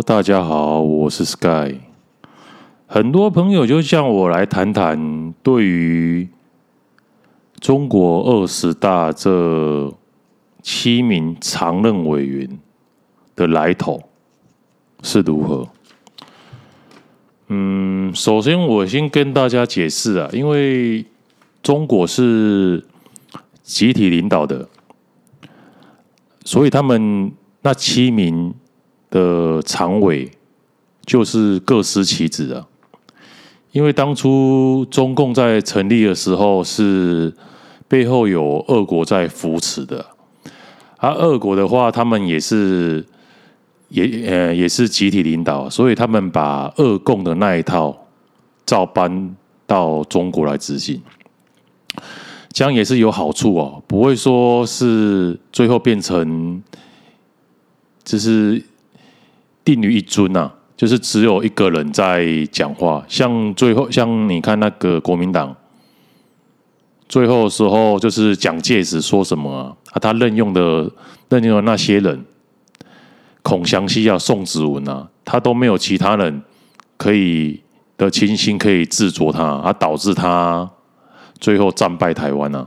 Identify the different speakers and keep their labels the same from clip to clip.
Speaker 1: 大家好，我是 Sky。很多朋友就向我来谈谈对于中国20大这7名常任委员的来头是如何。首先我先跟大家解释啊，因为中国是集体领导的，所以他们那7名的常委就是各司其职啊。因为当初中共在成立的时候是背后有俄国在扶持的，俄国的话，他们也是集体领导，所以他们把俄共的那一套照搬到中国来执行，这样也是有好处哦，不会说是最后变成就是定于一尊啊，就是只有一个人在讲话。像你看那个国民党最后的时候，就是蒋介石说什么他任用的那些人，孔祥熙啊、宋子文啊，他都没有其他人的亲信可以制作他，导致他最后战败台湾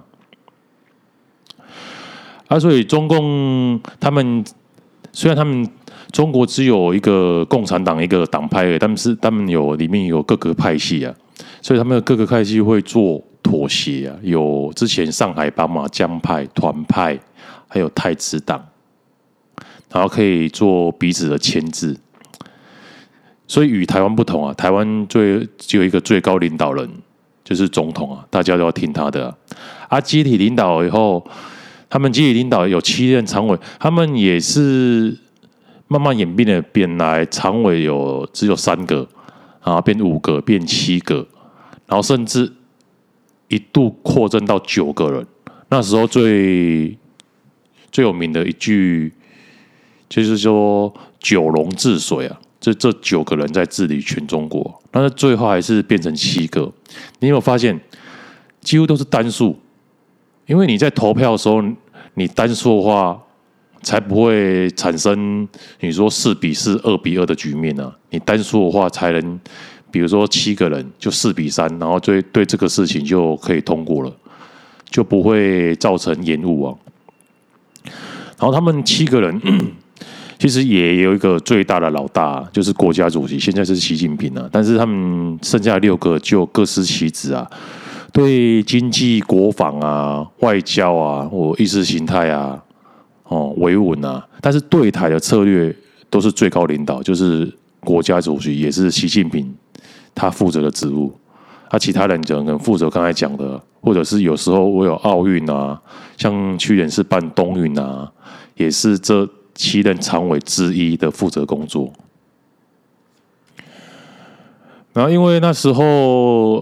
Speaker 1: 所以中共虽然他们中国只有一个共产党一个党派而已，他们里面有各个派系啊，所以他们的各个派系会做妥协啊，有之前上海帮马江派、团派，还有太子党，然后可以做彼此的牵制。所以与台湾不同啊，台湾只有一个最高领导人，就是总统啊，大家都要听他的集体领导以后，他们集体领导有7任常委，他们也是慢慢演变的变来，常委只有3个，然后变5个，变7个，然后甚至一度扩增到9个人。那时候最有名的一句就是说9龙治水啊，这9个人在治理全中国，但是最后还是变成7个。你有没有发现，几乎都是单数？因为你在投票的时候，你单数的话，才不会产生你说4-4、2-2的局面啊。你单数的话，才能比如说7个人就4-3，然后对这个事情就可以通过了，就不会造成延误啊。然后他们7个人，其实也有一个最大的老大，就是国家主席，现在是习近平啊。但是他们剩下的6个就各司其职啊。对经济、国防啊、外交啊、或意识形态啊、维稳啊，但是对台的策略都是最高领导，就是国家主席，也是习近平他负责的职务。其他人可能负责刚才讲的，或者是有时候我有奥运啊，像去年是办冬运啊，也是这7任常委之一的负责工作。然后因为那时候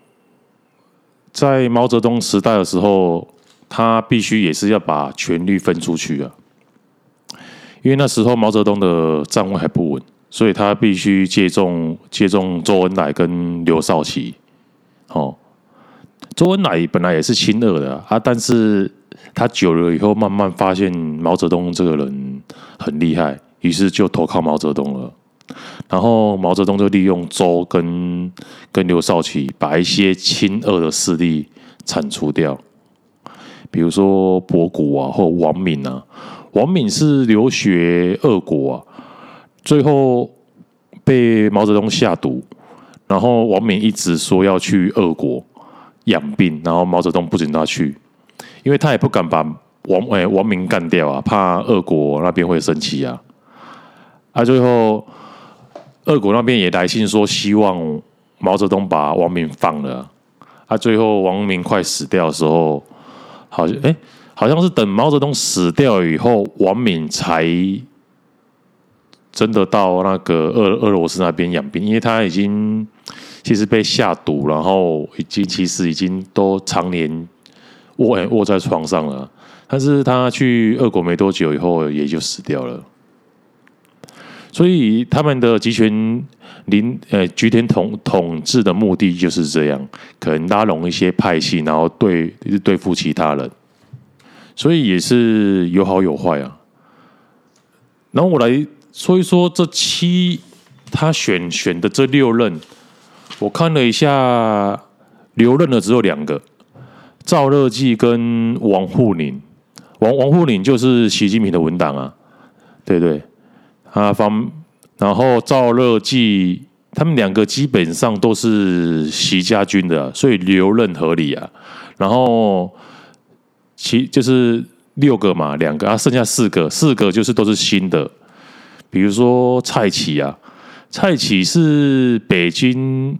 Speaker 1: 在毛泽东时代的时候，他必须也是要把权力分出去啊，因为那时候毛泽东的站位还不稳，所以他必须借重周恩来跟刘少奇。周恩来本来也是亲俄的但是他久了以后，慢慢发现毛泽东这个人很厉害，于是就投靠毛泽东了。然后毛泽东就利用周跟刘少奇，把一些亲俄的势力铲除掉，比如说博古啊，或王敏啊。王敏是留学俄国最后被毛泽东下毒，然后王敏一直说要去俄国养病，然后毛泽东不准他去，因为他也不敢把王敏干掉怕俄国那边会生气最后俄国那边也来信说，希望毛泽东把王敏放了最后王敏快死掉的时候，好像是等毛泽东死掉以后，王敏才真的到那个俄罗斯那边养病，因为他已经其实被下毒，然后其实已经都常年卧在床上了。但是他去俄国没多久以后，也就死掉了。所以他们的集权统治的目的就是这样，可能拉拢一些派系，然后对付其他人，所以也是有好有坏然后我来所以说他选的这6任，我看了一下，留任的只有2个，赵乐际跟王沪宁。王沪宁就是习近平的文党啊，对对，然后赵乐际他们2个基本上都是习家军的、所以留任合理啊。然后就是6个嘛，2个啊，剩下4个就是都是新的，比如说蔡奇啊，蔡奇是北京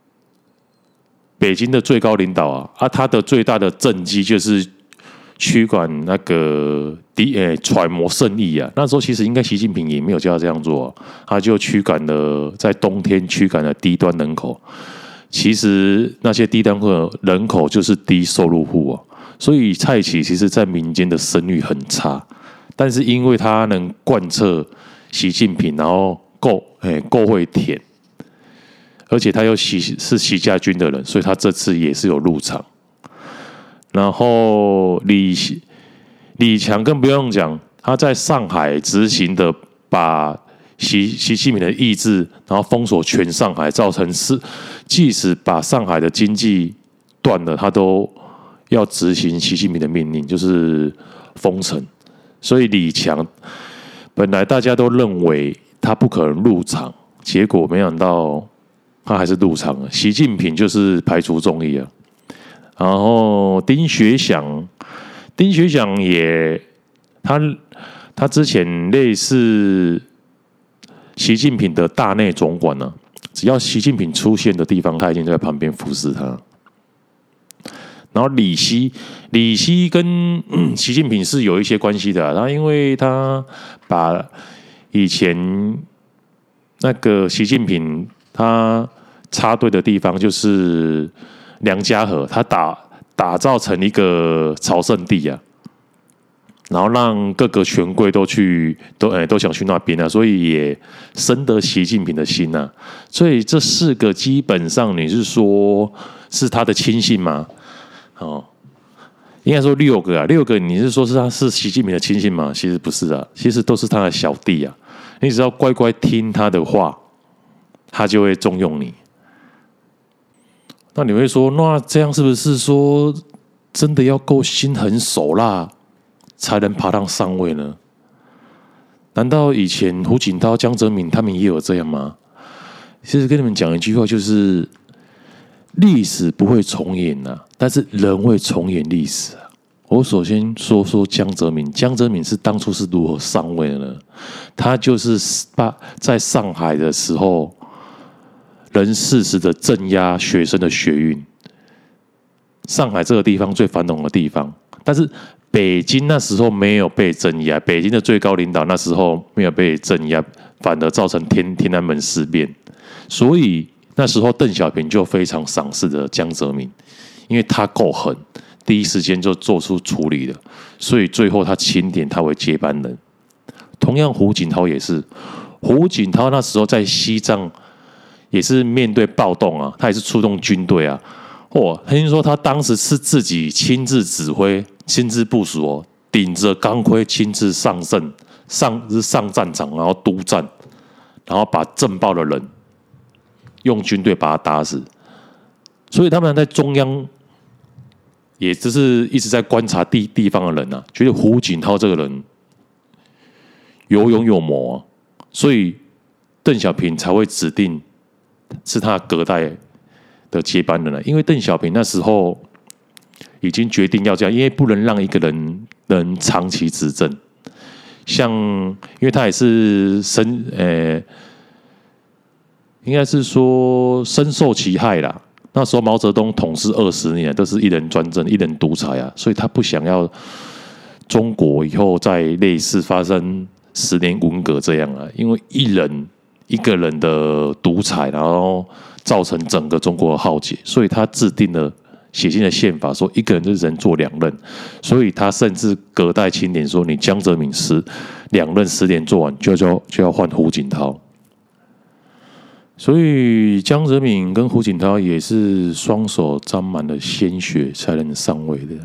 Speaker 1: 的最高领导啊，他的最大的政绩就是驱赶那个揣摩圣意啊。那时候其实应该习近平也没有叫他这样做、他就在冬天驱赶了低端人口。其实那些低端人口就是低收入户啊，所以蔡奇其实在民间的声誉很差，但是因为他能贯彻习近平，然后够会舔，而且他又是习家军的人，所以他这次也是有入场。然后李强更不用讲，他在上海执行的把习近平的意志，然后封锁全上海，造成即使把上海的经济断了，他都要执行习近平的命令，就是封城。所以李强本来大家都认为他不可能入场，结果没想到他还是入场了。习近平就是排除众议啊。然后丁学祥也他之前类似习近平的大内总管呢、只要习近平出现的地方，他已经在旁边服侍他。然后李希跟习近平是有一些关系的、然后因为他把以前那个习近平他插队的地方就是梁家河，他打造成一个朝圣地啊，然后让各个权贵都想去那边啊，所以也深得习近平的心啊。所以这4个基本上你是说是他的亲信吗？哦，应该说6个啊，6个你是说他是习近平的亲信吗？其实不是啊，其实都是他的小弟啊。你只要乖乖听他的话，他就会重用你。那你会说，那这样是不是说真的要够心狠手辣才能爬上上位呢？难道以前胡锦涛、江泽民他们也有这样吗？其实跟你们讲一句话，就是历史不会重演啊，但是人会重演历史啊。我首先说江泽民是当初是如何上位的呢？他就是在上海的时候，能适时的镇压学生的学运。上海这个地方最繁荣的地方，但是北京那时候没有被镇压，北京的最高领导那时候没有被镇压，反而造成天安门事变。所以那时候邓小平就非常赏识的江泽民，因为他够狠，第一时间就做出处理了，所以最后他钦点他为接班人。同样胡锦涛也是，胡锦涛那时候在西藏也是面对暴动啊，他也是出动军队啊。听说他当时是自己亲自指挥、亲自部署哦，顶着钢盔亲自上战场，然后督战，然后把政报的人用军队把他打死。所以他们在中央也只是一直在观察地方的人啊，觉得胡锦涛这个人有勇有谋啊，所以邓小平才会指定是他隔代的接班人了。因为邓小平那时候已经决定要这样，因为不能让一个人能长期执政。因为他也是应该是说深受其害啦。那时候毛泽东统治20年，都是一人专政、一人独裁啊，所以他不想要中国以后再类似发生10年文革这样啊，因为一个人的独裁，然后造成整个中国的浩劫，所以他写进了宪法，说一个人就只能做2任，所以他甚至隔代钦点说，你江泽民2任10年做完就要换胡锦涛。所以江泽民跟胡锦涛也是双手沾满了鲜血才能上位的。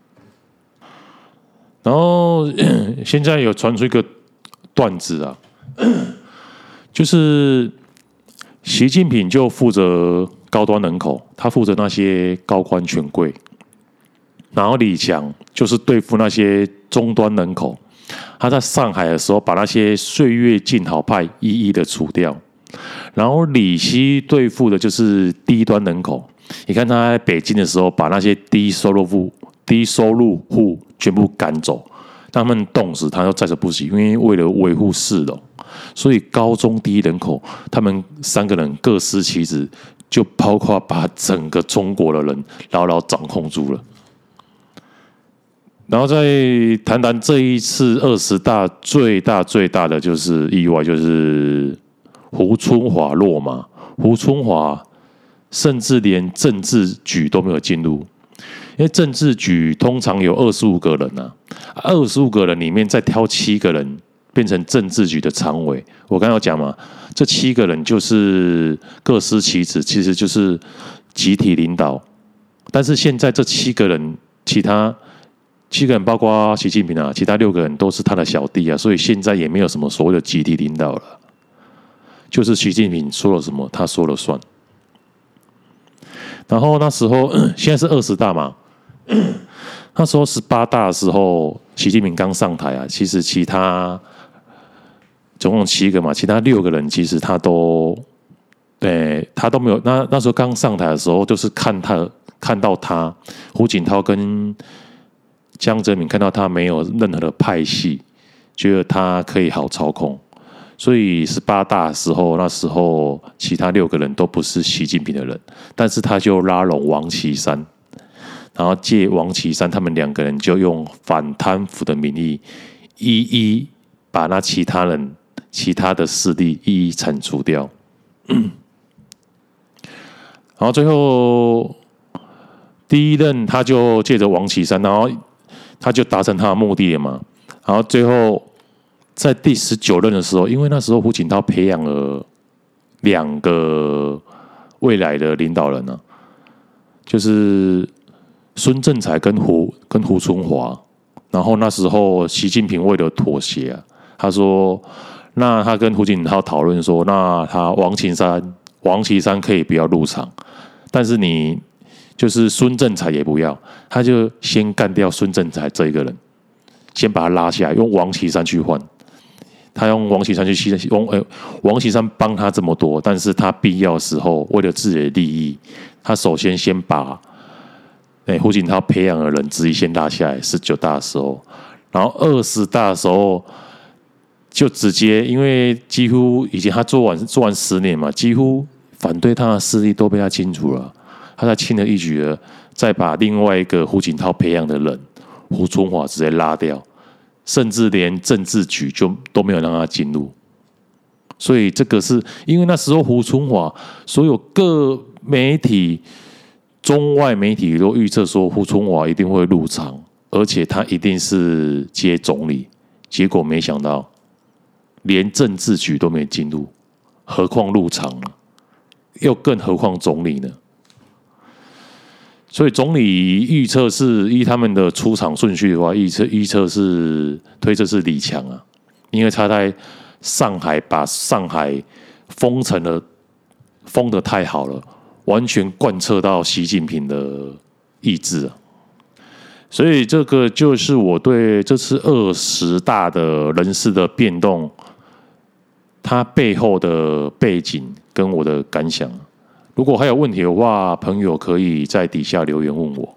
Speaker 1: 然后现在有传出一个段子啊， 就是习近平就负责高端人口，他负责那些高官权贵，然后李强就是对付那些中端人口。他在上海的时候，把那些岁月静好派一一的除掉，然后李希对付的就是低端人口。你看他在北京的时候，把那些低收入户全部赶走，让他们冻死，他又在所不惜，因为为了维护市容，所以高中低人口他们3个人各司其职，就包括把整个中国的人牢牢掌控住了。然后再谈谈这一次20大最大的就是意外，就是胡春华落马。胡春华甚至连政治局都没有进入，因为政治局通常有25个人啊，25个人里面再挑7个人变成政治局的常委。我刚刚有讲嘛，这7个人就是各司其职，其实就是集体领导。但是现在这7个人，其他7个人包括习近平啊，其他6个人都是他的小弟啊，所以现在也没有什么所谓的集体领导了，就是习近平说了什么，他说了算。然后那时候现在是20大嘛，那时候18大的时候，习近平刚上台啊，其实其他总共7个嘛，其他6个人其实他都没有。那时候刚上台的时候，就是看到他胡锦涛跟江泽民看到他没有任何的派系，觉得他可以好操控，所以18大的时候，那时候其他6个人都不是习近平的人，但是他就拉拢王岐山，然后借王岐山他们2个人就用反贪腐的名义，一一把那其他的势力一一铲除掉。然后最后第一任他就借着王岐山，然后他就达成他的目的了嘛。然后最后在第19任的时候，因为那时候胡锦涛培养了2个未来的领导人啊，就是孙政才跟胡春华。然后那时候习近平为了妥协啊，他说，那他跟胡锦涛讨论说，那他王岐山可以不要入场，但是你就是孙政才也不要，他就先干掉孙政才这一个人，先把他拉下来，用王岐山去换。他用王岐山去牺牲，王岐山帮他这么多，但是他必要的时候，为了自己的利益，他首先把胡锦涛培养的人质疑先拉下来。19大的时候，然后20大的时候就直接，因为几乎已经他做完10年嘛，几乎反对他的势力都被他清除了，他才轻而易举的再把另外一个胡锦涛培养的人胡春华直接拉掉，甚至连政治局都没有让他进入。所以这个是因为那时候胡春华所有各媒体中外媒体都预测说胡春华一定会入场，而且他一定是接总理，结果没想到连政治局都没进入，何况入场了，又更何况总理呢？所以总理预测是依他们的出场顺序的话，预测是推测是李强啊，因为他在上海把上海封得太好了，完全贯彻到习近平的意志啊。所以这个就是我对这次20大的人事的变动，它背后的背景跟我的感想。如果还有问题的话，朋友可以在底下留言问我。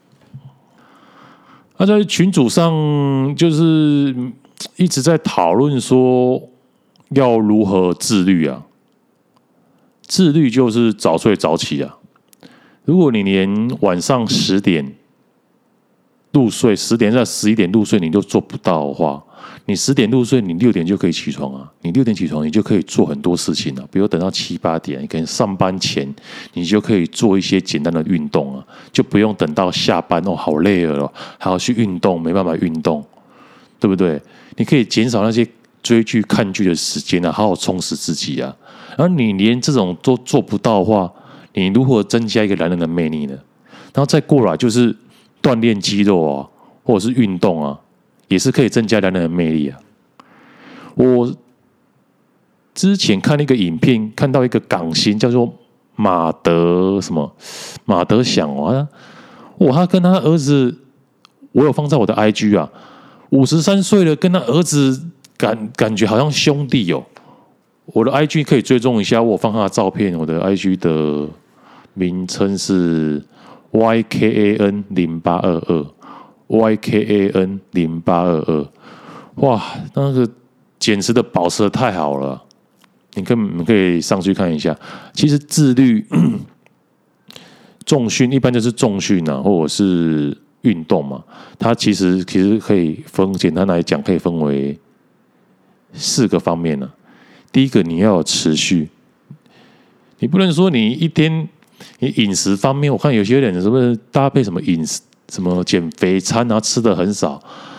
Speaker 1: 在群组上就是一直在讨论说要如何自律啊。自律就是早睡早起啊。如果你连晚上10点入睡，10点到11点入睡你就做不到的话，你10点入睡，你6点就可以起床啊。你6点起床，你就可以做很多事情啊。比如等到7、8点，你可能上班前，你就可以做一些简单的运动啊，就不用等到下班好累了，还要去运动，没办法运动，对不对？你可以减少那些追剧、看剧的时间啊，好好充实自己啊。然后你连这种都做不到的话，你如何增加一个男人的魅力呢？然后再过来就是锻炼肌肉啊，或者是运动啊，也是可以增加男人的魅力啊。我之前看一个影片，看到一个港星叫做马德祥啊，他跟他儿子，我有放在我的 IG 啊，53岁了，跟他儿子感觉好像兄弟哦。我的 IG 可以追踪一下，我放他的照片，我的 IG 的名称是 YKAN0822，YKAN0822，哇，那个简直的保持的太好了，你可以上去看一下。其实自律重训一般就是重训啊，或者是运动嘛，它其实可以简单来讲，可以分为4个方面呢。第一个，你要有持续，你不能说你一天你饮食方面，我看有些人是不是搭配什么饮食什么减肥餐啊，吃的很少。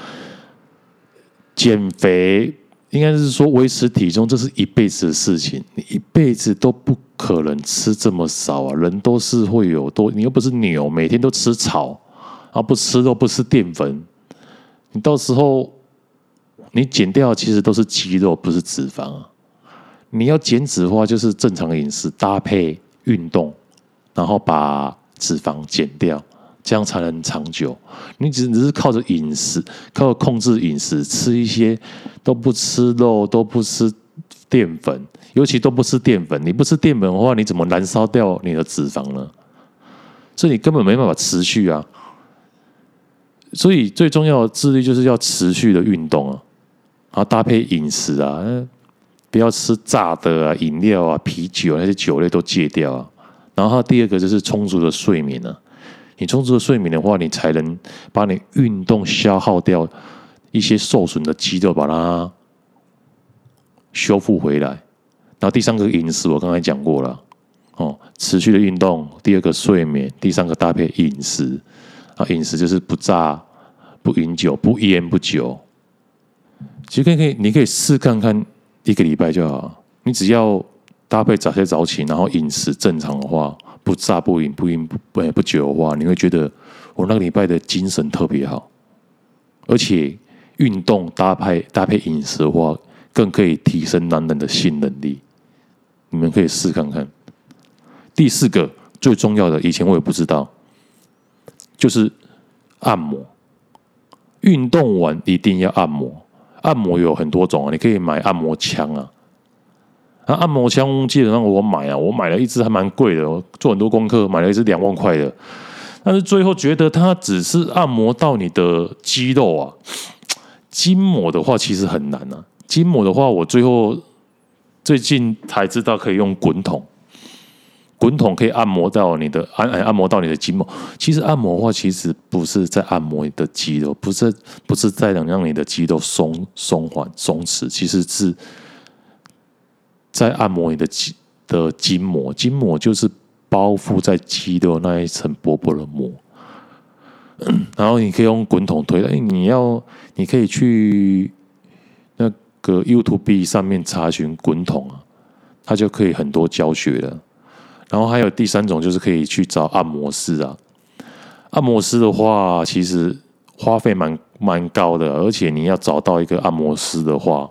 Speaker 1: 减肥应该是说维持体重，这是一辈子的事情，你一辈子都不可能吃这么少啊！人都是会有你又不是牛，每天都吃草，然后不吃肉不吃淀粉，你到时候你减掉其实都是肌肉，不是脂肪啊。你要减脂的话，就是正常饮食搭配运动，然后把脂肪减掉，这样才能长久。你只是靠着饮食，靠着控制饮食，吃一些都不吃肉，都不吃淀粉，尤其都不吃淀粉。你不吃淀粉的话，你怎么燃烧掉你的脂肪呢？所以你根本没办法持续啊。所以最重要的自律就是要持续的运动啊，然后搭配饮食啊。不要吃炸的啊、饮料啊、啤酒啊，那些酒类都戒掉啊。然后第二个就是充足的睡眠啊。你充足的睡眠的话，你才能把你运动消耗掉一些受损的肌肉，把它修复回来。然后第3个饮食，我刚才讲过了哦，持续的运动。第2个睡眠，第3个搭配饮食啊，饮食就是不炸、不饮酒、不烟、不酒。其实你可以试看看。1个礼拜就好，你只要搭配早睡早起，然后饮食正常的话，不炸不饮不酒的话，你会觉得我那个礼拜的精神特别好，而且运动搭配饮食的话，更可以提升男人的性能力。你们可以试看看。第4个最重要的，以前我也不知道，就是按摩。运动完一定要按摩。按摩有很多种啊，你可以买按摩枪啊。按摩枪基本上我买了一支还蛮贵的，我做很多功课买了一支2万块的，但是最后觉得它只是按摩到你的肌肉啊，筋膜的话其实很难啊。筋膜的话，我最近才知道可以用滚筒可以按摩到你的筋膜。其实按摩的话，其实不是在按摩你的肌肉，不是在让你的肌肉松缓松弛，其实是在按摩你的筋膜。筋膜就是包覆在肌肉那一层薄薄的膜。然后你可以用滚筒推，你可以去那个 YouTube 上面查询滚筒啊，它就可以很多教学了。然后还有第3种，就是可以去找按摩师啊。按摩师的话，其实花费蛮高的，而且你要找到一个按摩师的话，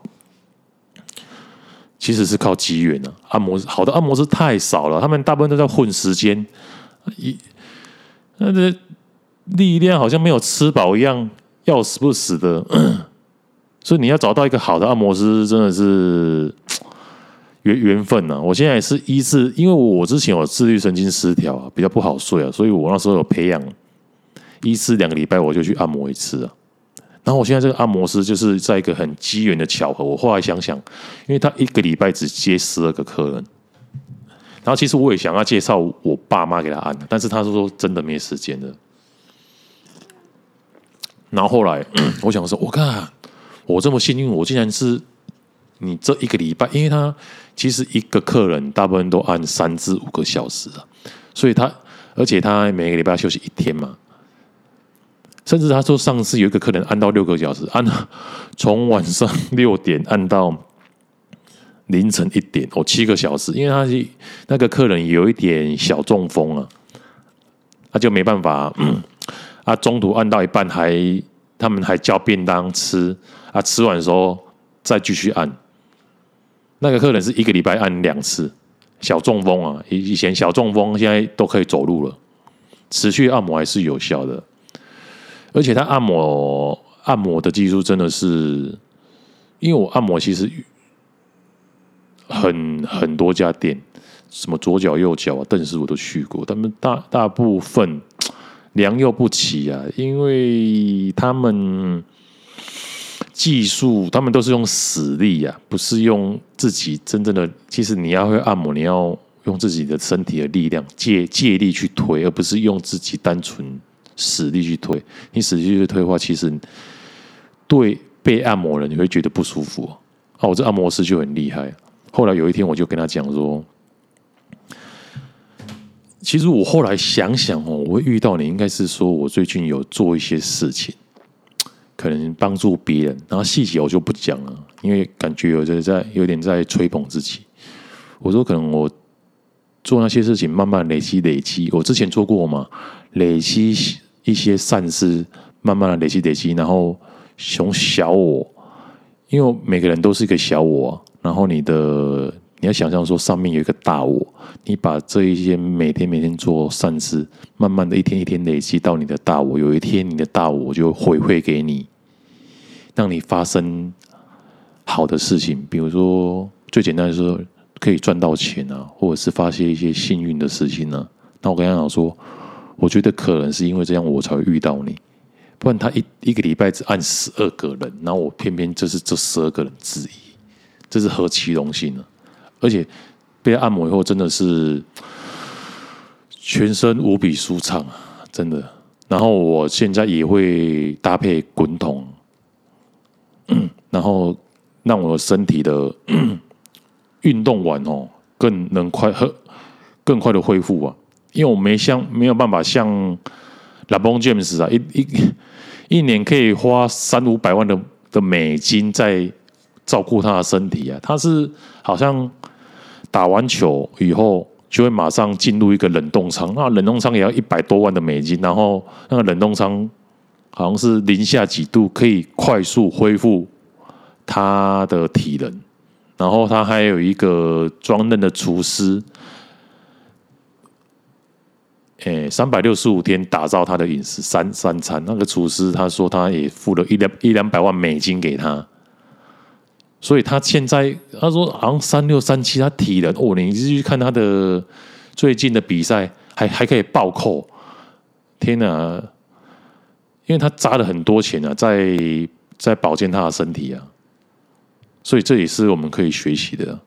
Speaker 1: 其实是靠机缘啊。好的按摩师太少了，他们大部分都在混时间，那这力量好像没有吃饱一样，要死不死的。所以你要找到一个好的按摩师，真的是缘分啊。我现在也是因为我之前有自律神经失调啊，比较不好睡啊，所以我那时候有培养2个礼拜我就去按摩一次啊。然后我现在这个按摩师就是在一个很机缘的巧合，我后来想想，因为他1个礼拜只接12个客人，然后其实我也想要介绍我爸妈给他按，但是他说真的没时间了。然后后来我想说，我看我这么幸运，我竟然是你这1个礼拜，因为他其实1个客人大部分都按3至5个小时啊，所以而且他每个礼拜要休息1天嘛。甚至他说上次有一个客人按到6个小时，从晚上6点按到凌晨1点，7个小时。因为他那个客人有一点小中风啊，他就没办法，中途按到一半他们还叫便当吃，吃完的时候再继续按。 那个客人是一个礼拜按2次，小中风啊，以前小中风现在都可以走路了，持续按摩还是有效的，而且他按摩的技术真的是，因为我按摩其实很多家店，什么左脚右脚啊，邓师傅都去过，他们大部分良莠不齐啊，因为他们技术，他们都是用死力啊，不是用自己真正的。其实你要会按摩，你要用自己的身体的力量借力去推，而不是用自己单纯死力去推。你死力去推的话，其实对被按摩人你会觉得不舒服啊。我这按摩师就很厉害。后来有一天，我就跟他讲说。其实我后来想想我会遇到你，应该是说我最近有做一些事情，可能帮助别人，然后细节我就不讲了，因为感觉有点在吹捧自己。我说可能我做那些事情，慢慢累积，我之前做过嘛，累积一些善事，慢慢的累积，然后从小我，因为每个人都是一个小我，然后你要想象说上面有一个大我，你把这一些每天做善事，慢慢的一天一天累积到你的大我，有一天你的大我就回馈给你，让你发生好的事情，比如说最简单的说可以赚到钱啊，或者是发现一些幸运的事情啊。那我跟他讲说，我觉得可能是因为这样我才会遇到你，不然他一个礼拜只按12个人，然后我偏偏就是这12个人之一，这是何其荣幸呢？而且被按摩以后，真的是全身无比舒畅啊，真的。然后我现在也会搭配滚筒，然后让我身体的运动完更快的恢复啊。因为我没有办法像LeBron James 啊，一年可以花300-500万的美金在照顾他的身体啊。他是好像打完球以后就会马上进入一个冷冻舱，那冷冻舱也要100多万的美金，然后那个冷冻舱好像是零下几度，可以快速恢复他的体能。然后他还有一个专任的厨师，365天打造他的饮食三餐。那个厨师他说他也付了100-200万美金给他。所以他现在他说好像36、37，他体能你去看他的最近的比赛，还可以暴扣，天哪！因为他砸了很多钱啊，在保健他的身体啊，所以这也是我们可以学习的。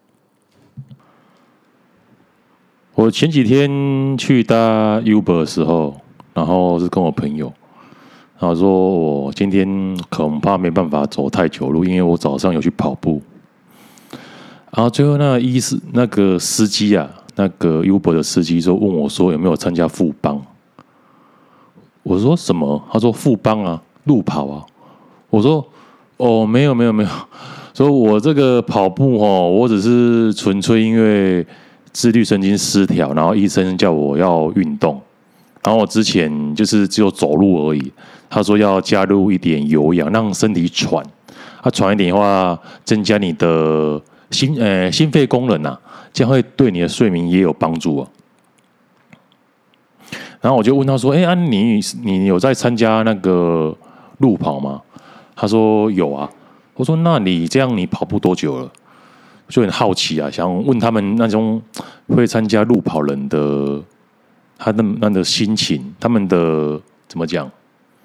Speaker 1: 我前几天去搭 Uber 的时候，然后是跟我朋友。然后说我今天恐怕没办法走太久路，因为我早上有去跑步。然后最后那个司机啊，那个 Uber 的司机问我说有没有参加富邦？我说什么？他说富邦啊，路跑啊。我说没有。说我这个跑步我只是纯粹因为自律神经失调，然后医生叫我要运动。然后我之前就是只有走路而已。他说要加入一点有氧，让身体喘。喘一点的话，增加你的心肺功能啊，这样会对你的睡眠也有帮助啊。然后我就问他说：“你有在参加那个路跑吗？”他说：“有啊。”我说：“那你这样你跑步多久了？”就很好奇啊，想问他们那种会参加路跑人的他的那的心情，他们的怎么讲？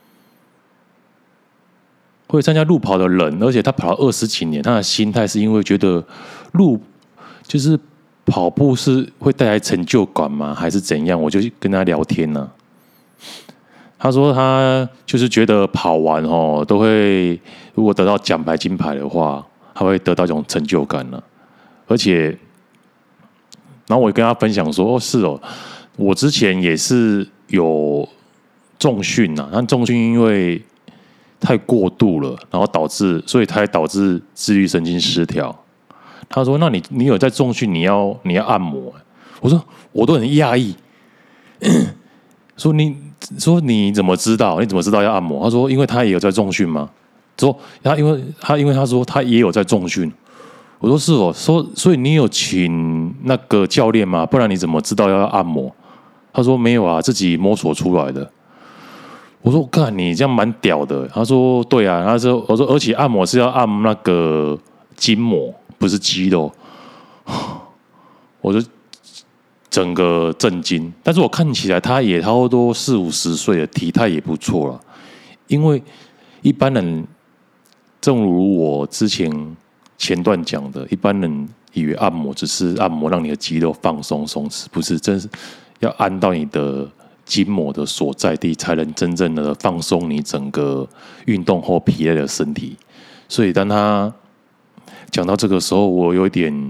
Speaker 1: 会参加路跑的人，而且他跑了20几年，他的心态是因为觉得就是跑步是会带来成就感吗？还是怎样？我就跟他聊天呢、他说他就是觉得跑完都会，如果得到奖牌金牌的话，他会得到一种成就感呢。而且，然后我跟他分享说：“是哦，我之前也是有重训呐，但重训因为太过度了，然后所以才导致自律神经失调。”他说：“那你有在重训，你要按摩？”我说：“我都很讶异。”说你怎么知道？你怎么知道要按摩？他说：“因为他也有在重训吗？”说因为他说他也有在重训。 我说是哦，所以你有请那个教练吗？不然你怎么知道要按摩？他说没有啊，自己摸索出来的。我说干，你这样蛮屌的。他说对啊，我说而且按摩是要按那个筋膜，不是肌肉。我就整个震惊，但是我看起来他也差不多40-50岁了，体态也不错了。因为一般人，正如我之前段讲的，一般人以为按摩只是按摩让你的肌肉放松松弛，不是，真是要按到你的筋膜的所在地，才能真正的放松你整个运动后疲累的身体。所以当他讲到这个时候，我有一点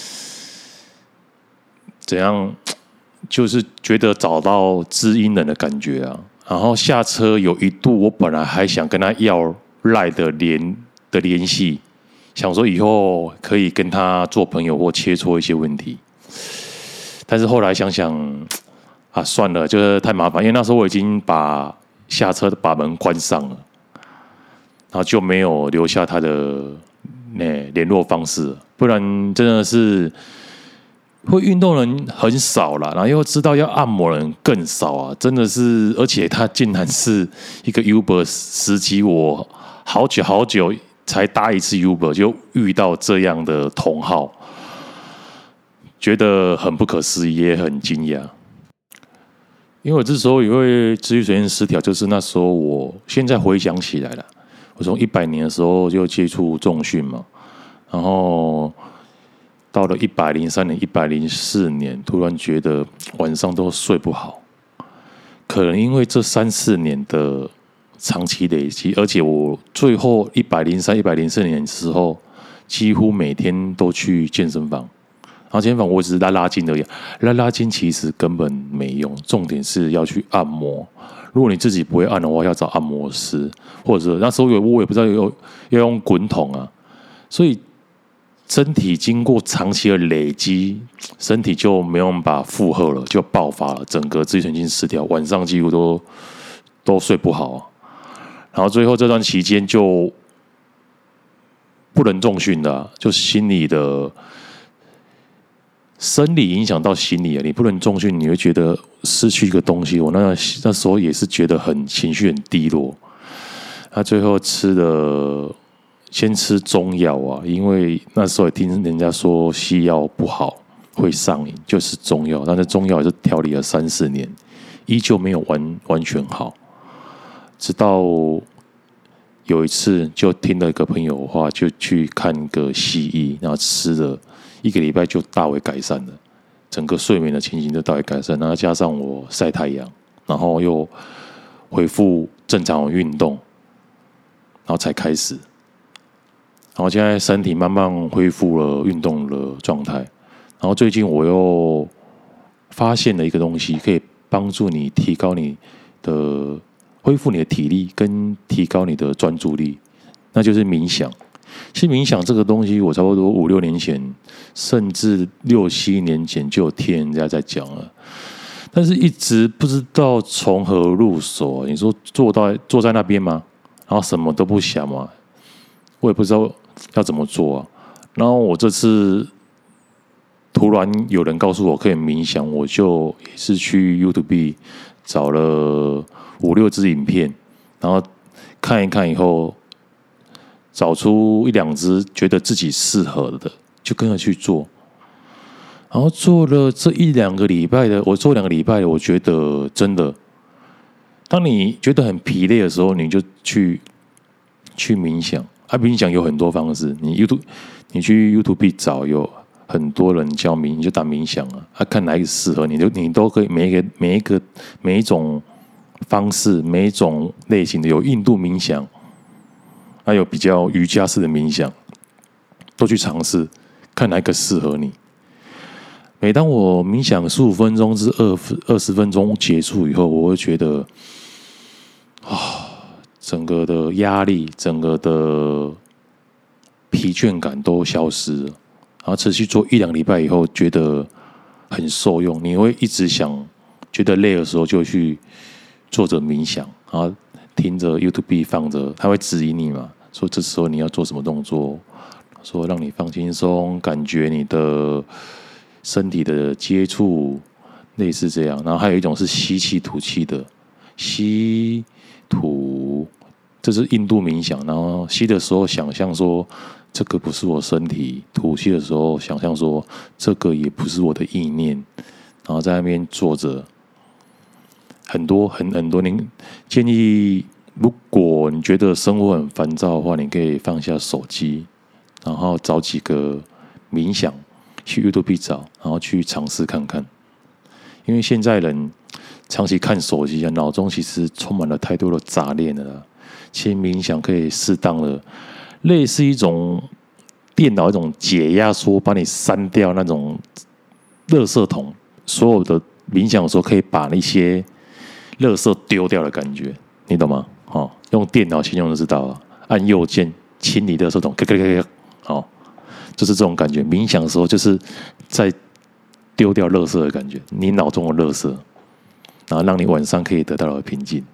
Speaker 1: 怎样，就是觉得找到知音人的感觉啊。然后下车有一度，我本来还想跟他要赖的联系，想说以后可以跟他做朋友或切磋一些问题。但是后来想想啊，算了，就是太麻烦，因为那时候我已经把下车把门关上了，然后就没有留下他的联络方式，不然真的是会运动人很少啦，然后又知道要按摩人更少啊，真的是，而且他竟然是一个 Uber 司机，我好久才搭一次 Uber 就遇到这样的同好，觉得很不可思议，也很惊讶。因为我之所以会自律神经失调，就是那时候我现在回想起来了，我从100年的时候就接触重训嘛，然后到了103年、104年，突然觉得晚上都睡不好，可能因为这3-4年的长期累积，而且我最后103、104年的时候，几乎每天都去健身房。然后健身房我只是拉筋而已，拉筋其实根本没用，重点是要去按摩。如果你自己不会按的话，要找按摩师，或者那时候我也不知道要用滚筒啊，所以身体经过长期的累积，身体就没有办法负荷了，就爆发了，整个自律神经失调，晚上几乎都睡不好。然后最后这段期间就不能重训了，就心理的生理影响到心理了。你不能重训，你会觉得失去一个东西。我那时候也是觉得情绪很低落。他最后先吃中药啊，因为那时候也听人家说西药不好，会上瘾，就是中药。但是中药也是调理了3-4年，依旧没有完全好。直到有一次，就听了一个朋友的话，就去看个西医，然后吃了1个礼拜就大为改善了，整个睡眠的情形就大为改善。然后加上我晒太阳，然后又恢复正常的运动，然后才开始。然后现在身体慢慢恢复了运动的状态，然后最近我又发现了一个东西，可以帮助你提高你的恢复你的体力，跟提高你的专注力，那就是冥想。其实冥想这个东西，我差不多5-6年前，甚至6-7年前就有听人家在讲了，但是一直不知道从何入手。你说坐在那边吗？然后什么都不想吗？我也不知道要怎么做啊。然后我这次突然有人告诉我可以冥想，我就也是去 YouTube 找了5-6支影片，然后看一看以后，找出1-2支觉得自己适合的，就跟着去做。然后做了这1-2个礼拜的，我做2个礼拜的，我觉得真的，当你觉得很疲累的时候，你就去冥想。冥想有很多方式，你去 YouTube 找，有很多人教你就打冥想啊，看哪一个适合你，你都可以每一种方式，每一种类型的，有印度冥想，还有比较瑜伽式的冥想，都去尝试，看哪一个适合你。每当我冥想15分钟至20分钟结束以后，我会觉得整个的压力，整个的疲倦感都消失了。然后持续做1-2个礼拜以后，觉得很受用。你会一直想，觉得累的时候就去做着冥想，然后听着 YouTube 放着，他会指引你嘛，说这时候你要做什么动作， 说让你放轻松，感觉你的身体的接触，类似这样。然后还有一种是吸气吐气的，吸吐，这是印度冥想。然后吸的时候想象说这个不是我身体，吐气的时候想象说这个也不是我的意念，然后在那边坐着。很多，您建议，如果你觉得生活很烦躁的话，你可以放下手机，然后找几个冥想，去 YouTube 找，然后去尝试看看。因为现在人长期看手机啊，脑中其实充满了太多的杂念了啦。其实冥想可以适当的，类似一种电脑一种解压缩，把你删掉那种垃圾桶。所有的冥想的时候，可以把那些垃圾丢掉的感觉，你懂吗？哦，用电脑形容就知道了。按右键清理垃圾桶，哦，就是这种感觉。冥想的时候，就是在丢掉垃圾的感觉，你脑中的垃圾，然后让你晚上可以得到了平静。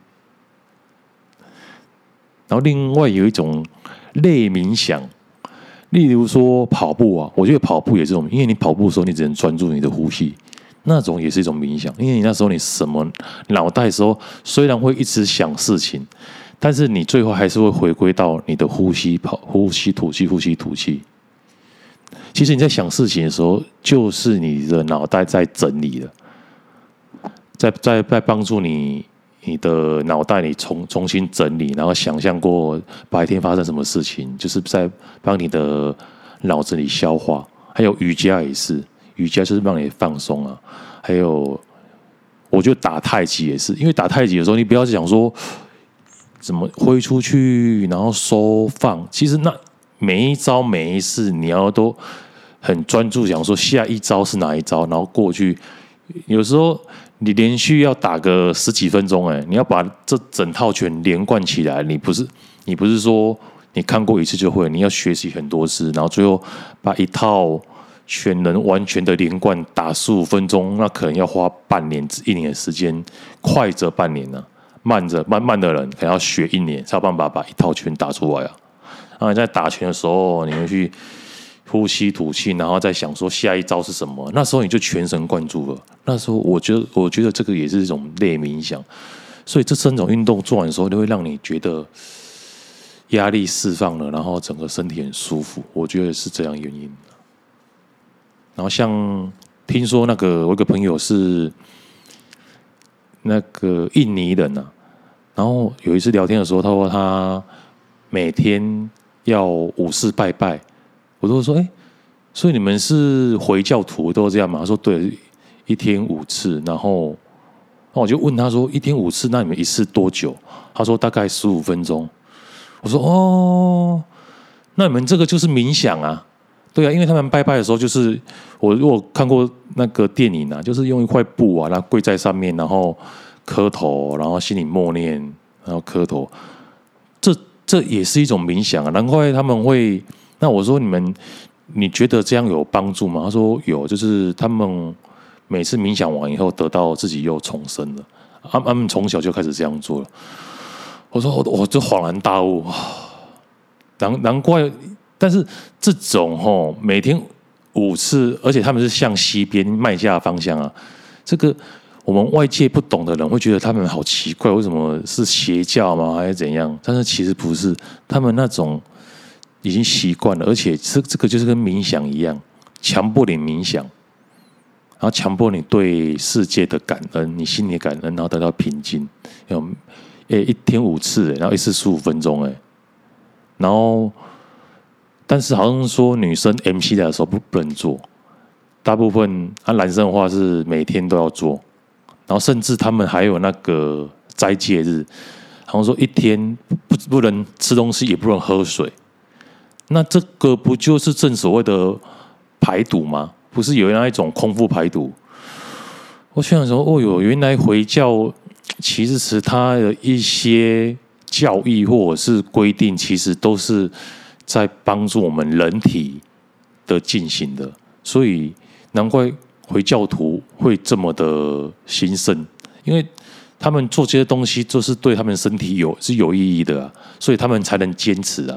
Speaker 1: 然后另外有一种类冥想，例如说跑步啊，我觉得跑步也是这种，因为你跑步的时候，你只能专注你的呼吸。那种也是一种冥想，因为你那时候你什么脑袋的时候虽然会一直想事情，但是你最后还是会回归到你的呼吸，呼吸吐气，呼吸吐气。其实你在想事情的时候，就是你的脑袋在整理了，在帮助你的脑袋你重新整理，然后想象过白天发生什么事情，就是在帮你的脑子里消化。还有瑜伽也是。瑜伽就是让你放松啊，还有，我觉得打太极也是，因为打太极的时候，你不要想说怎么挥出去，然后收放，其实那每一招每一式，你要都很专注，想说下一招是哪一招，然后过去，有时候你连续要打个10几分钟，你要把这整套拳连贯起来，你不是说你看过一次就会，你要学习很多次，然后最后把一套全能完全的连贯打15分钟，那可能要花半年至1年的时间，快则半年呢、慢的人可能要学1年，才有办法把一套拳打出来啊。然后你在打拳的时候，你会去呼吸吐气，然后再想说下一招是什么，那时候你就全神贯注了。那时候我觉得这个也是一种类冥想，所以这3种运动做完的时候，就会让你觉得压力释放了，然后整个身体很舒服。我觉得是这样原因。然后像听说我有一个朋友是那个印尼人啊，然后有一次聊天的时候，他说他每天要5次拜拜，我都说所以你们是回教徒都这样吗？他说对，1天5次，然后那我就问他说1天5次，那你们一次多久？他说大概15分钟。我说哦，那你们这个就是冥想啊。对啊，因为他们拜拜的时候，就是我如果看过那个电影啊，就是用一块布啊，然后跪在上面，然后磕头，然后心里默念，然后磕头，这也是一种冥想啊。难怪他们会。那我说你觉得这样有帮助吗？他说有，就是他们每次冥想完以后，得到自己又重生了。他们从小就开始这样做了。我说我就恍然大悟，难怪。但是这种每天5次，而且他们是向西边迈向的方向啊，这个我们外界不懂的人会觉得他们好奇怪，为什么是邪教吗？还是怎样？但是其实不是，他们那种已经习惯了，而且这个就是跟冥想一样，强迫你冥想，然后强迫你对世界的感恩，你心里的感恩，然后得到平静。1天5次，然后一次15分钟，然后。但是好像说女生 MC 的时候不能做，大部分男生的话是每天都要做，然后甚至他们还有那个斋戒日，好像说1天不能吃东西，也不能喝水。那这个不就是正所谓的排毒吗？不是有那一种空腹排毒？我想说，原来回教其实它的一些教义或者是规定，其实都是在帮助我们人体的进行的，所以难怪回教徒会这么的兴盛，因为他们做这些东西就是对他们身体是有意义的啊，所以他们才能坚持啊。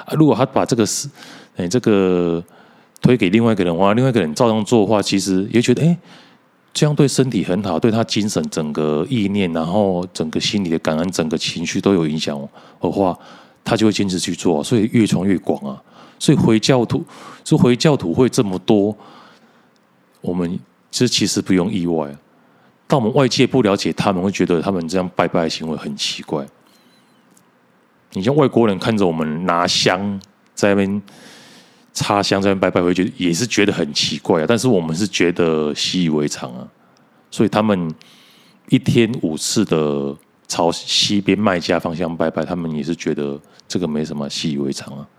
Speaker 1: 如果他把这个这个推给另外一个人的话，另外一个人照样做的话，其实也觉得这样对身体很好，对他精神整个意念，然后整个心理的感恩，整个情绪都有影响的话，他就会坚持去做，所以越传越广啊。所以回教徒会这么多，我们其实不用意外。但我们外界不了解他们，会觉得他们这样拜拜的行为很奇怪。你像外国人看着我们拿香在那边插香在那边拜拜，会觉得也是觉得很奇怪啊。但是我们是觉得习以为常啊，所以他们一天5次的朝西边麦加方向拜拜，他们也是觉得这个没什么，习以为常啊。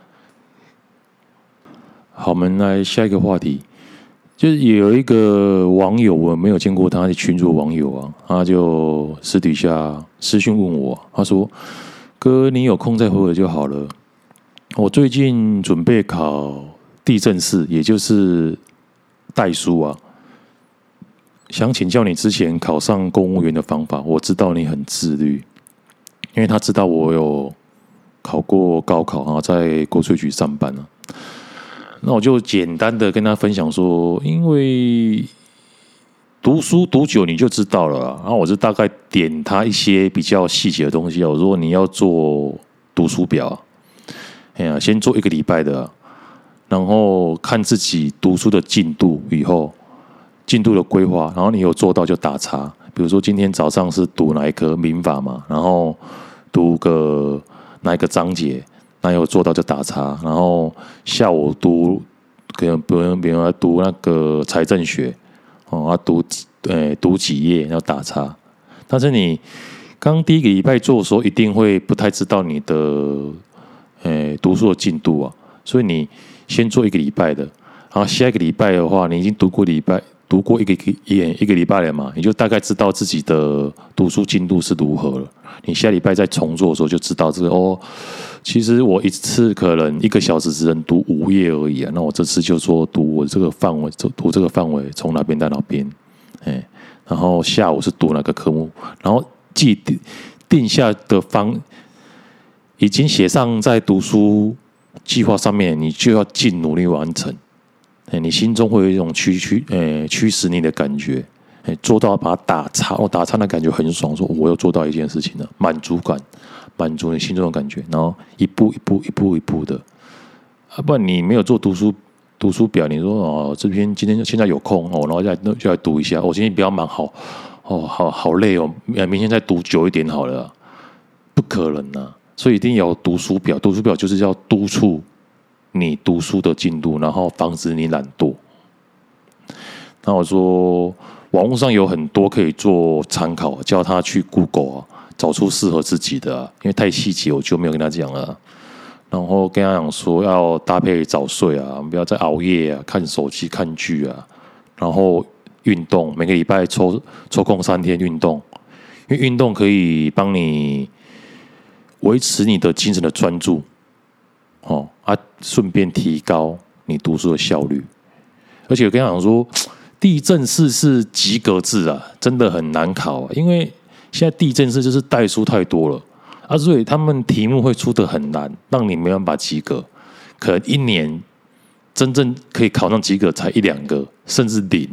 Speaker 1: 好，我们来下一个话题，就是有一个网友，我没有见过他的群组网友啊，他就私底下私讯问我，他说：“哥，你有空再回我就好了。我最近准备考地政士，也就是代书啊，想请教你之前考上公务员的方法。我知道你很自律，因为他知道我有考过高考啊，在国税局上班啊。”那我就简单的跟他分享说，因为读书读久你就知道了啦。然后我就大概点他一些比较细节的东西啊。我说你要做读书表，先做1个礼拜的，然后看自己读书的进度，以后进度的规划，然后你有做到就打叉。比如说今天早上是读哪一科民法嘛，然后读个哪一个章节。那有做到就打叉，然后下午读，可能比如读那个财政学，读几页要打叉。但是你刚第1个礼拜做的时候，一定会不太知道你的读书的进度啊，所以你先做1个礼拜的，然后下一个礼拜的话，你已经读过一个礼拜了嘛，你就大概知道自己的读书进度是如何了。你下礼拜再重做的时候，就知道这个其实我一次可能1个小时只能读5页而已啊。那我这次就说读我这个范围，从哪边到哪边，然后下午是读哪个科目，然后定下的已经写上在读书计划上面，你就要尽努力完成。你心中会有一种驱使你的感觉，做到把它打叉，打叉的感觉很爽，说我又做到一件事情了，满足感，满足你心中的感觉，然后一步的，不然你没有做读书表，你说这篇现在有空然后就来读一下，今天比较忙，好累哦，明天再读久一点好了，不可能啊，所以一定要有读书表，读书表就是要督促你读书的进度，然后防止你懒惰。那我说，网络上有很多可以做参考，叫他去 Google 找出适合自己的因为太细节我就没有跟他讲了。然后跟他讲说要搭配早睡不要再熬夜看手机、看剧然后运动，每个礼拜抽空3天运动，因为运动可以帮你维持你的精神的专注。顺便提高你读书的效率。而且我跟他讲说，地政士是及格制真的很难考因为现在地政士就是代书太多了所以他们题目会出得很难，让你没办法及格。可能1年真正可以考上及格才1-2个，甚至0。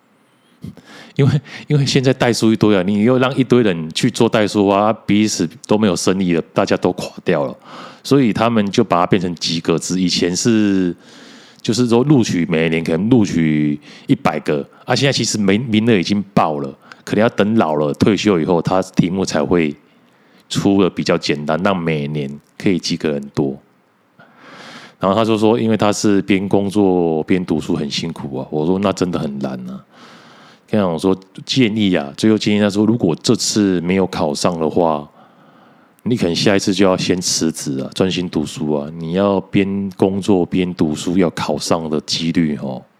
Speaker 1: 因为现在代书一堆你又让一堆人去做代书彼此都没有生意了，大家都垮掉了。所以他们就把它变成及格制。以前就是说录取每年可能录取100个现在其实名额已经爆了，可能要等老了退休以后，他题目才会出的比较简单，让每年可以及格人多。然后他就说，因为他是边工作边读书很辛苦我说那真的很难跟他讲说最后建议他说，如果这次没有考上的话，你可能下一次就要先辞职专心读书你要边工作边读书，要考上的几率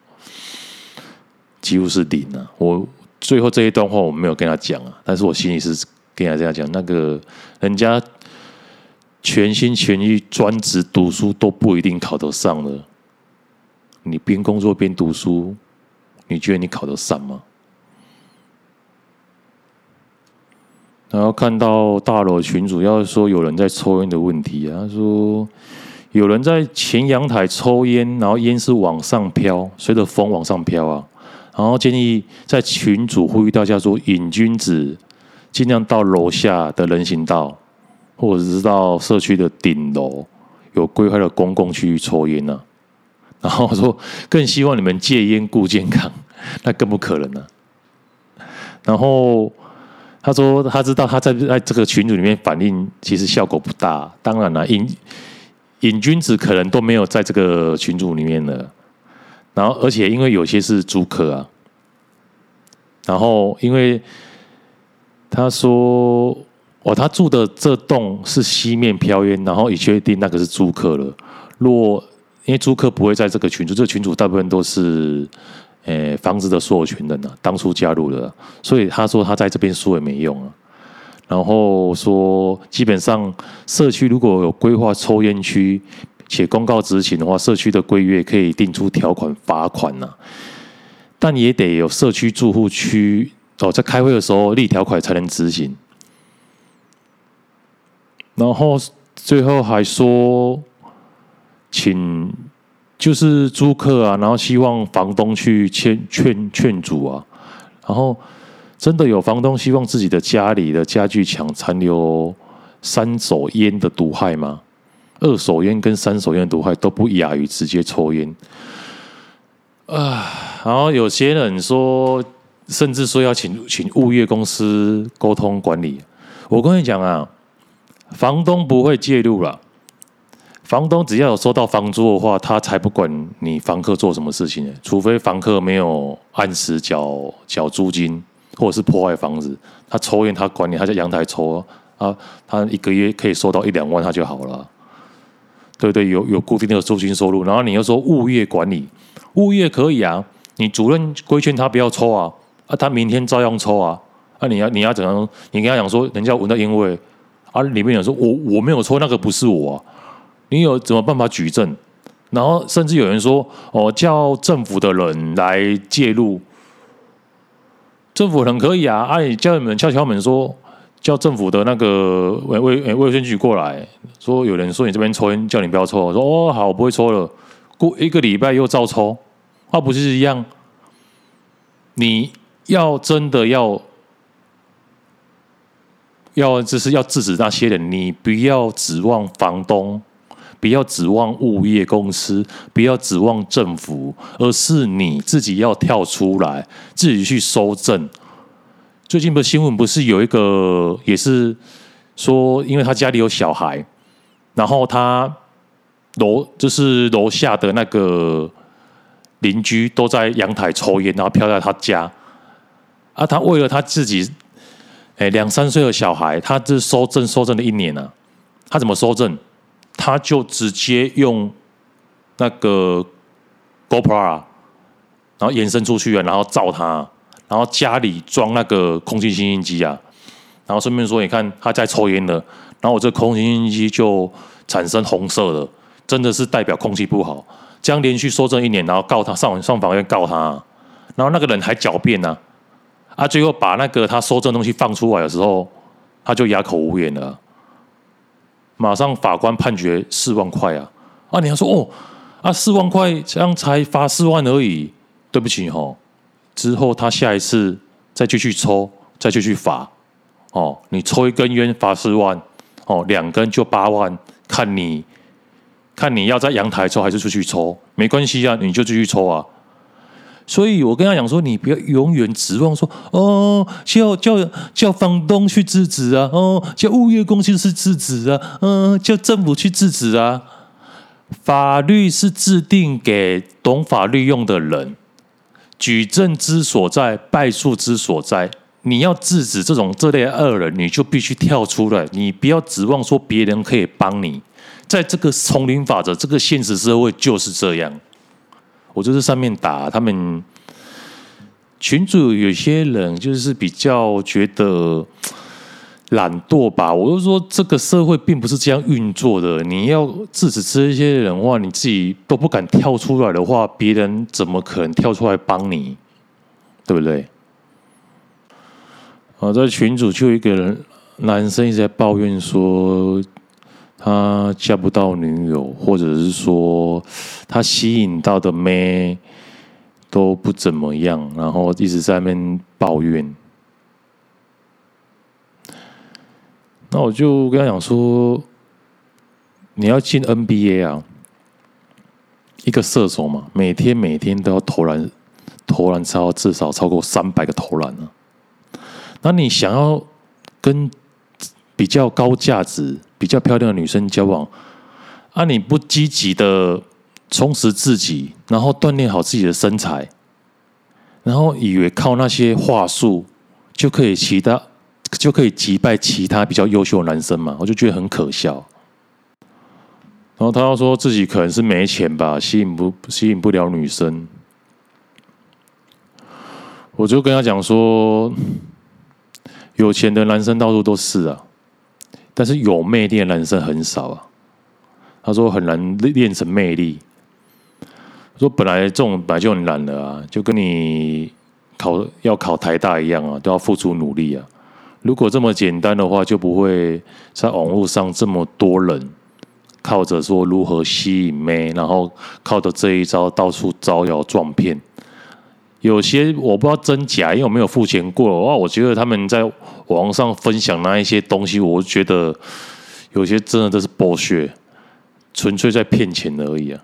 Speaker 1: 几乎是0我最后这一段话我没有跟他讲但是我心里是跟他这样讲，那个人家全心全意专职读书都不一定考得上了，你边工作边读书，你觉得你考得上吗？然后看到大楼群组要说有人在抽烟的问题他说有人在前阳台抽烟，然后烟是往上飘，随着风往上飘啊。然后建议在群组呼吁大家说，瘾君子尽量到楼下的人行道，或者是到社区的顶楼有规划的公共区域抽烟啊。然后说更希望你们戒烟顾健康，那更不可能啊。然后他说他知道他在这个群组里面反应其实效果不大，当然了，瘾君子可能都没有在这个群组里面了。然后，而且因为有些是租客啊，然后因为他说，他住的这栋是西面飘烟，然后已确定那个是租客了。因为租客不会在这个群组，这个群组大部分都是房子的所有权人啊，当初加入的，所以他说他在这边说也没用啊。然后说，基本上社区如果有规划抽烟区，且公告执行的话，社区的规约可以定出条款罚款呐，但也得有社区住户区在开会的时候立条款才能执行。然后最后还说，请就是租客啊，然后希望房东去劝阻啊，然后真的有房东希望自己的家里的家具墙残留3手烟的毒害吗？2手烟跟3手烟的毒害都不亚于直接抽烟啊。然后有些人说，甚至说要请物业公司沟通管理。我跟你讲啊，房东不会介入啦。房东只要有收到房租的话，他才不管你房客做什么事情，除非房客没有按时缴租金，或者是破坏房子。他抽烟，他管你，他在阳台抽啊，他1个月可以收到1-2万，他就好了。对不对？有固定的租金收入，然后你又说物业管理，物业可以啊，你主任规劝他不要抽啊，他明天照样抽啊，你要怎样？你跟他讲说，人家闻到烟味啊，里面有人说我没有抽，那个不是我啊，你有怎么办法举证？然后甚至有人说叫政府的人来介入，政府人可以啊，你叫你们敲门说。叫政府的那个卫生局过来说，有人说你这边抽烟，叫你不要抽。我说好，我不会抽了。过1个礼拜又照抽，不是一样？你要真的要就是要制止那些人，你不要指望房东，不要指望物业公司，不要指望政府，而是你自己要跳出来，自己去搜证。最近的新闻不是有一个也是说，因为他家里有小孩，然后他就是楼下的那个邻居都在阳台抽烟，然后飘在他家啊。他为了他自己2-3岁的小孩，他这收证了1年啊。他怎么收证？他就直接用那个 GoPro 然后延伸出去啊，然后照他。然后家里装那个空气清新机啊，然后顺便说，你看他在抽烟了，然后我这空气清新机就产生红色的，真的是代表空气不好。这样连续收证1年，然后告他上法院告他，然后那个人还狡辩呢，最后把那个他收证的东西放出来的时候，他就哑口无言了，马上法官判决4万块啊！你要说4万块这样才罚4万而已，对不起之后他下一次再继续抽，再继续罚你抽1根烟罚4万2根就8万，看你要在阳台抽还是出去抽，没关系啊，你就继续抽啊。所以我跟他讲说，你不要永远指望说叫房东去制止啊，叫物业公司去制止啊，叫政府去制止啊。法律是制定给懂法律用的人。举证之所在，败诉之所在。你要制止这类恶人，你就必须跳出来。你不要指望说别人可以帮你。在这个丛林法则，这个现实社会就是这样。我就是上面打他们群组，有些人就是比较觉得懒惰吧。我就说，这个社会并不是这样运作的。你要制止这些人的话，你自己都不敢跳出来的话，别人怎么可能跳出来帮你？对不对？在群组就有一个男生一直在抱怨说， 他交不到女友，或者是说他吸引到的妹都不怎么样，然后一直在那边抱怨。那我就跟他讲说，你要进 NBA 啊，一个射手嘛，每天都要投篮至少超过300个投篮啊。那你想要跟比较高价值、比较漂亮的女生交往啊，你不积极的充实自己，然后锻炼好自己的身材，然后以为靠那些话术就可以击败其他比较优秀的男生嘛，我就觉得很可笑。然后他又说自己可能是没钱吧，吸引不了女生。我就跟他讲说，有钱的男生到处都是啊，但是有魅力的男生很少啊。他说很难练成魅力。说本来就很难了啊，就跟你要考台大一样啊，都要付出努力啊。如果这么简单的话，就不会在网络上这么多人靠着说如何吸引妹，然后靠着这一招到处招摇撞骗。有些我不知道真假，因为我没有付钱过。哇，我觉得他们在网上分享那一些东西，我觉得有些真的都是bullshit，纯粹在骗钱而已啊。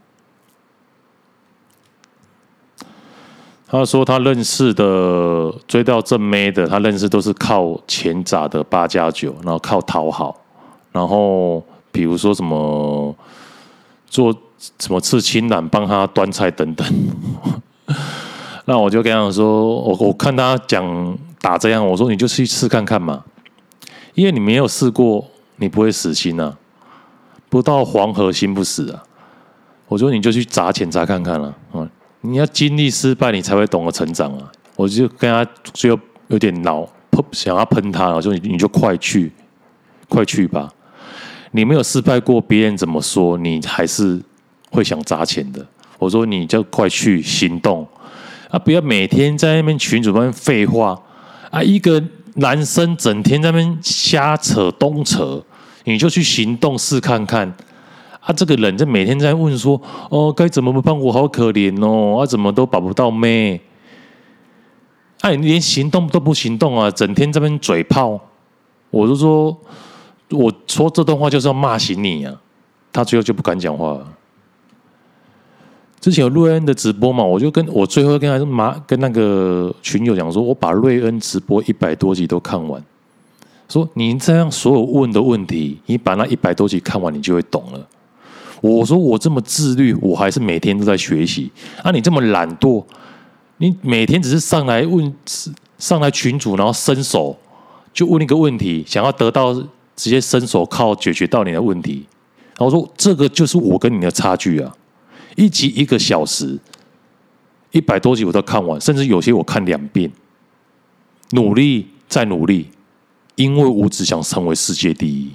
Speaker 1: 他说他认识的追到正妹的，他认识都是靠钱砸的8+9，然后靠讨好，然后比如说什么做什么刺青男帮他端菜等等。那我就跟他讲说，我看他讲打这样，我说你就去试看看嘛，因为你没有试过，你不会死心啊，不到黄河心不死啊。我说你就去砸钱砸看看啊，你要经历失败，你才会懂得成长啊。我就跟他就有点想要喷他了，我说你就快去吧，你没有失败过，别人怎么说，你还是会想砸钱的。我说你就快去行动。啊！不要每天在那边群组那边废话啊！一个男生整天在那边瞎扯东扯，你就去行动试看看啊！这个人就每天在问说：“哦，该怎么办？我好可怜哦！啊，怎么都保不到妹？啊，你连行动都不行动啊！整天在那边嘴炮。”我就说：“我说这段话就是要骂醒你啊！”他最后就不敢讲话了。之前有瑞恩的直播嘛，我最后跟那个群友讲说，我把瑞恩直播100多集都看完。说你这样所有问的问题，你把那100多集看完，你就会懂了。我说我这么自律，我还是每天都在学习。啊，你这么懒惰，你每天只是上来群组，然后伸手就问一个问题，想要得到直接伸手靠解决到你的问题。然后我说这个就是我跟你的差距啊。一集1个小时，100多集我都看完，甚至有些我看2遍。努力再努力，因为我只想成为世界第一。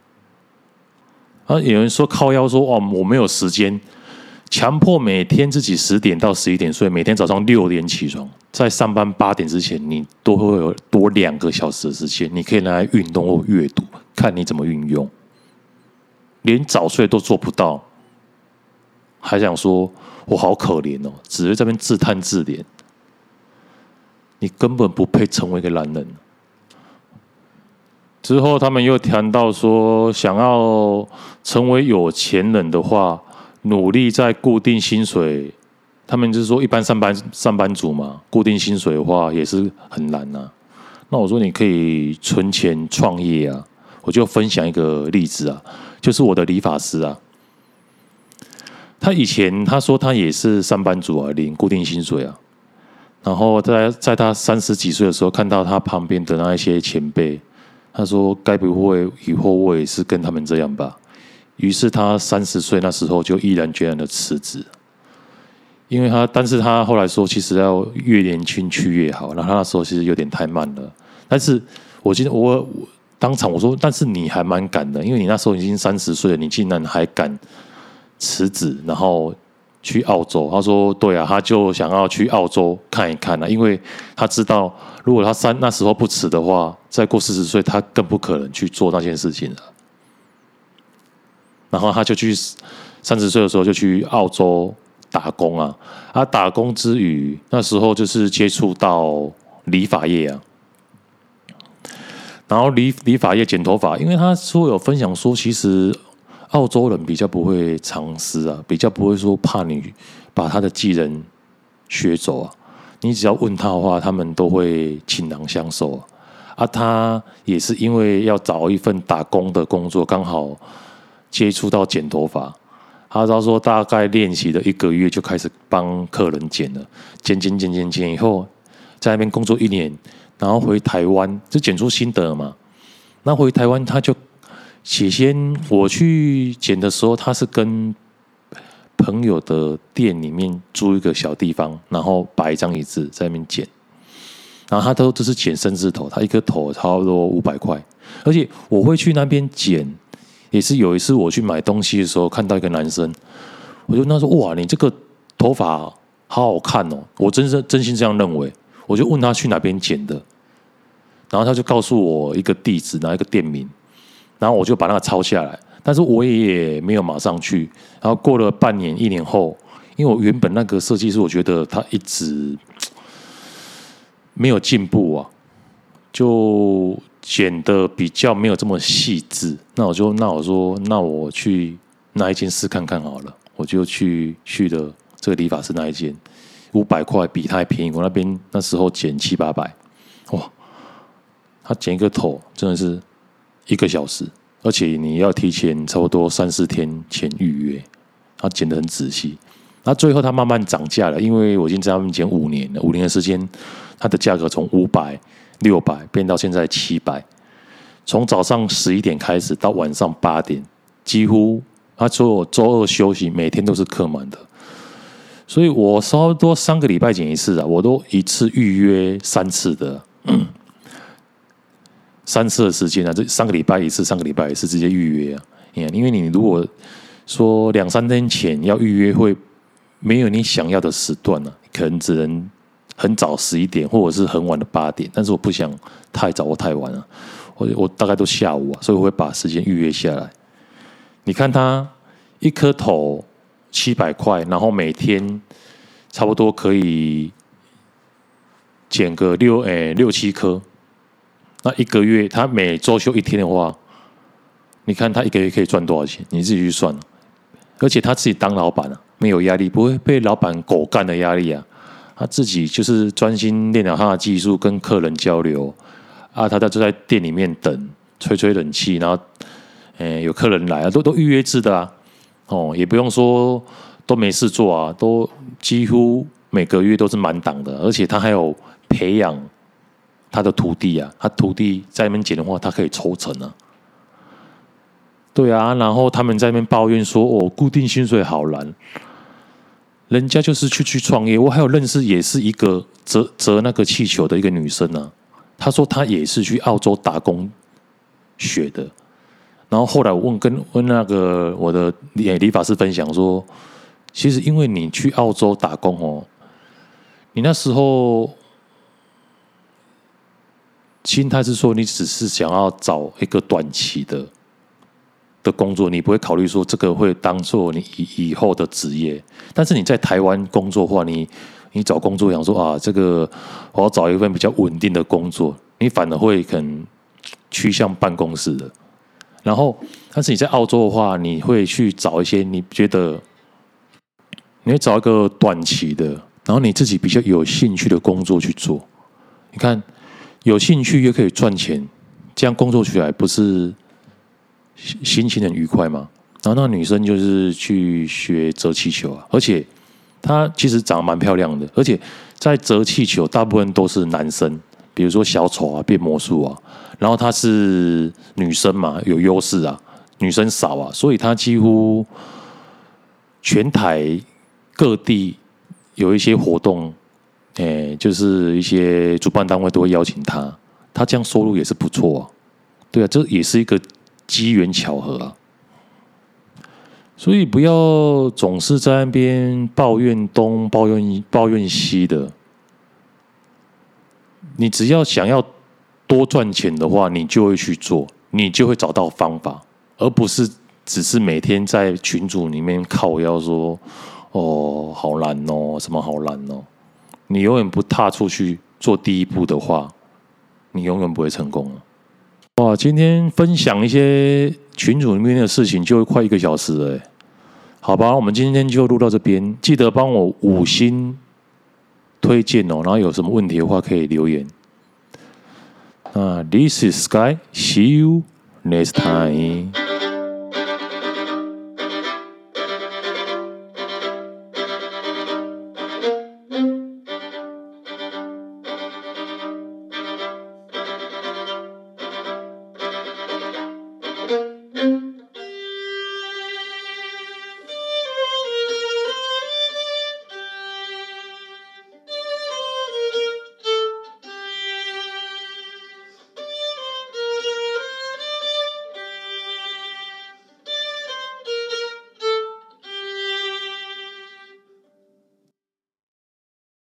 Speaker 1: 啊，有人说靠腰说哦，我没有时间，强迫每天自己10点到11点睡，每天早上6点起床，在上班8点之前，你都会有多2个小时的时间，你可以拿来运动或阅读，看你怎么运用。连早睡都做不到。还想说我好可怜哦，只会在那边自叹自怜，你根本不配成为一个男人。之后他们又谈到说，想要成为有钱人的话，努力在固定薪水。他们就是说，一般上班族嘛，固定薪水的话也是很难啊。那我说你可以存钱创业啊，我就分享一个例子啊，就是我的理发师啊。他以前他说他也是上班族啊，领固定薪水啊。然后在他30几岁的时候，看到他旁边的那一些前辈，他说该不会以后我也是跟他们这样吧？于是他30岁那时候就毅然决然的辞职，但是他后来说，其实要越年轻去越好。然后他那时候其实有点太慢了，但是我记得我当场我说，但是你还蛮敢的，因为你那时候已经30岁了，你竟然还敢辞职，然后去澳洲。他说对啊，他就想要去澳洲看一看啊，因为他知道如果他那时候不辞的话，再过40岁他更不可能去做那件事情了。 然后他就去30岁的时候就去澳洲打工啊，打工之余，那时候就是接触到理发业啊，然后理发业剪头发，因为他说有分享说，其实澳洲人比较不会藏私啊，比较不会说怕你把他的技能学走啊，你只要问他的话，他们都会倾囊相授啊。他也是因为要找一份打工的工作，刚好接触到剪头发。他说大概练习了1个月就开始帮客人剪了，剪以后，在那边工作1年，然后回台湾就剪出心得嘛。那回台湾他就起先我去剪的时候，他是跟朋友的店里面租一个小地方，然后摆一张椅子在那边剪。然后他都是剪生枝头，他一个头差不多500块，而且我会去那边剪，也是有一次我去买东西的时候看到一个男生，我就跟他说：“哇，你这个头发好好看哦！”我真心这样认为，我就问他去哪边剪的，然后他就告诉我一个地址，然后一个店名，然后我就把那个抄下来，但是我也没有马上去，然后过了半年1年后，因为我原本那个设计师，我觉得他一直没有进步啊，就剪的比较没有这么细致。那我说，那我去那一间试看看好了。我就去了这个理发师那一间，500块比他还便宜。我那时候剪700-800，哇！他剪一个头真的是1个小时，而且你要提前差不多3-4天前预约。他剪得很仔细。那最后他慢慢涨价了，因为我已经在他们剪5年了，5年的时间。它的价格从500、600变到现在700，从早上11点开始到晚上8点，几乎他说我周2休息，每天都是客满的，所以我差不多3个礼拜剪一次啊，我都一次预约3次的，3次的时间啊，这3个礼拜一次，3个礼拜一次直接预约啊，因为你如果说2-3天前要预约，会没有你想要的时段啊，可能只能很早11点，或者是很晚的8点，但是我不想太早或太晚了，我大概都下午啊，所以我会把时间预约下来。你看他一颗头700块，然后每天差不多可以剪个6-7颗，那1个月他每周休1天的话，你看他1个月可以赚多少钱？你自己去算。而且他自己当老板啊，没有压力，不会被老板狗干的压力啊。他自己就是专心练好他的技术，跟客人交流啊。他就在店里面等，吹冷气，然后有客人来啊，都预约制的啊。也不用说都没事做啊，都几乎每个月都是满档的。而且他还有培养他的徒弟啊，他徒弟在那边剪的话，他可以抽成啊。对啊，然后他们在那边抱怨说：“固定薪水好难。”人家就是去创业，我还有认识也是一个折那个气球的一个女生啊，她说她也是去澳洲打工学的，然后后来我问那个我的理发师分享说，其实因为你去澳洲打工你那时候心态是说你只是想要找一个短期的工作，你不会考虑说这个会当做你以后的职业。但是你在台湾工作的话，你找工作想说这个我要找一份比较稳定的工作，你反而会可能趋向办公室的。然后，但是你在澳洲的话，你会去找一些你觉得你会找一个短期的，然后你自己比较有兴趣的工作去做。你看，有兴趣又可以赚钱，这样工作起来不是心情很愉快吗？然后那女生就是去学折气球啊，而且她其实长得蛮漂亮的，而且在折气球大部分都是男生，比如说小丑啊、变魔术啊，然后她是女生嘛，有优势啊，女生少啊，所以她几乎全台各地有一些活动，就是一些主办单位都会邀请她，她这样收入也是不错啊，对啊，这也是一个机缘巧合啊。所以不要总是在那边抱怨东抱怨西的。你只要想要多赚钱的话，你就会去做，你就会找到方法，而不是只是每天在群组里面靠腰说，哦，好难哦，什么好难哦，你永远不踏出去做第一步的话，你永远不会成功。哇，今天分享一些群组里面的事情，就快1个小时了。好吧，我们今天就录到这边，记得帮我5星推荐哦，然后有什么问题的话可以留言。那 This is Sky, see you next time.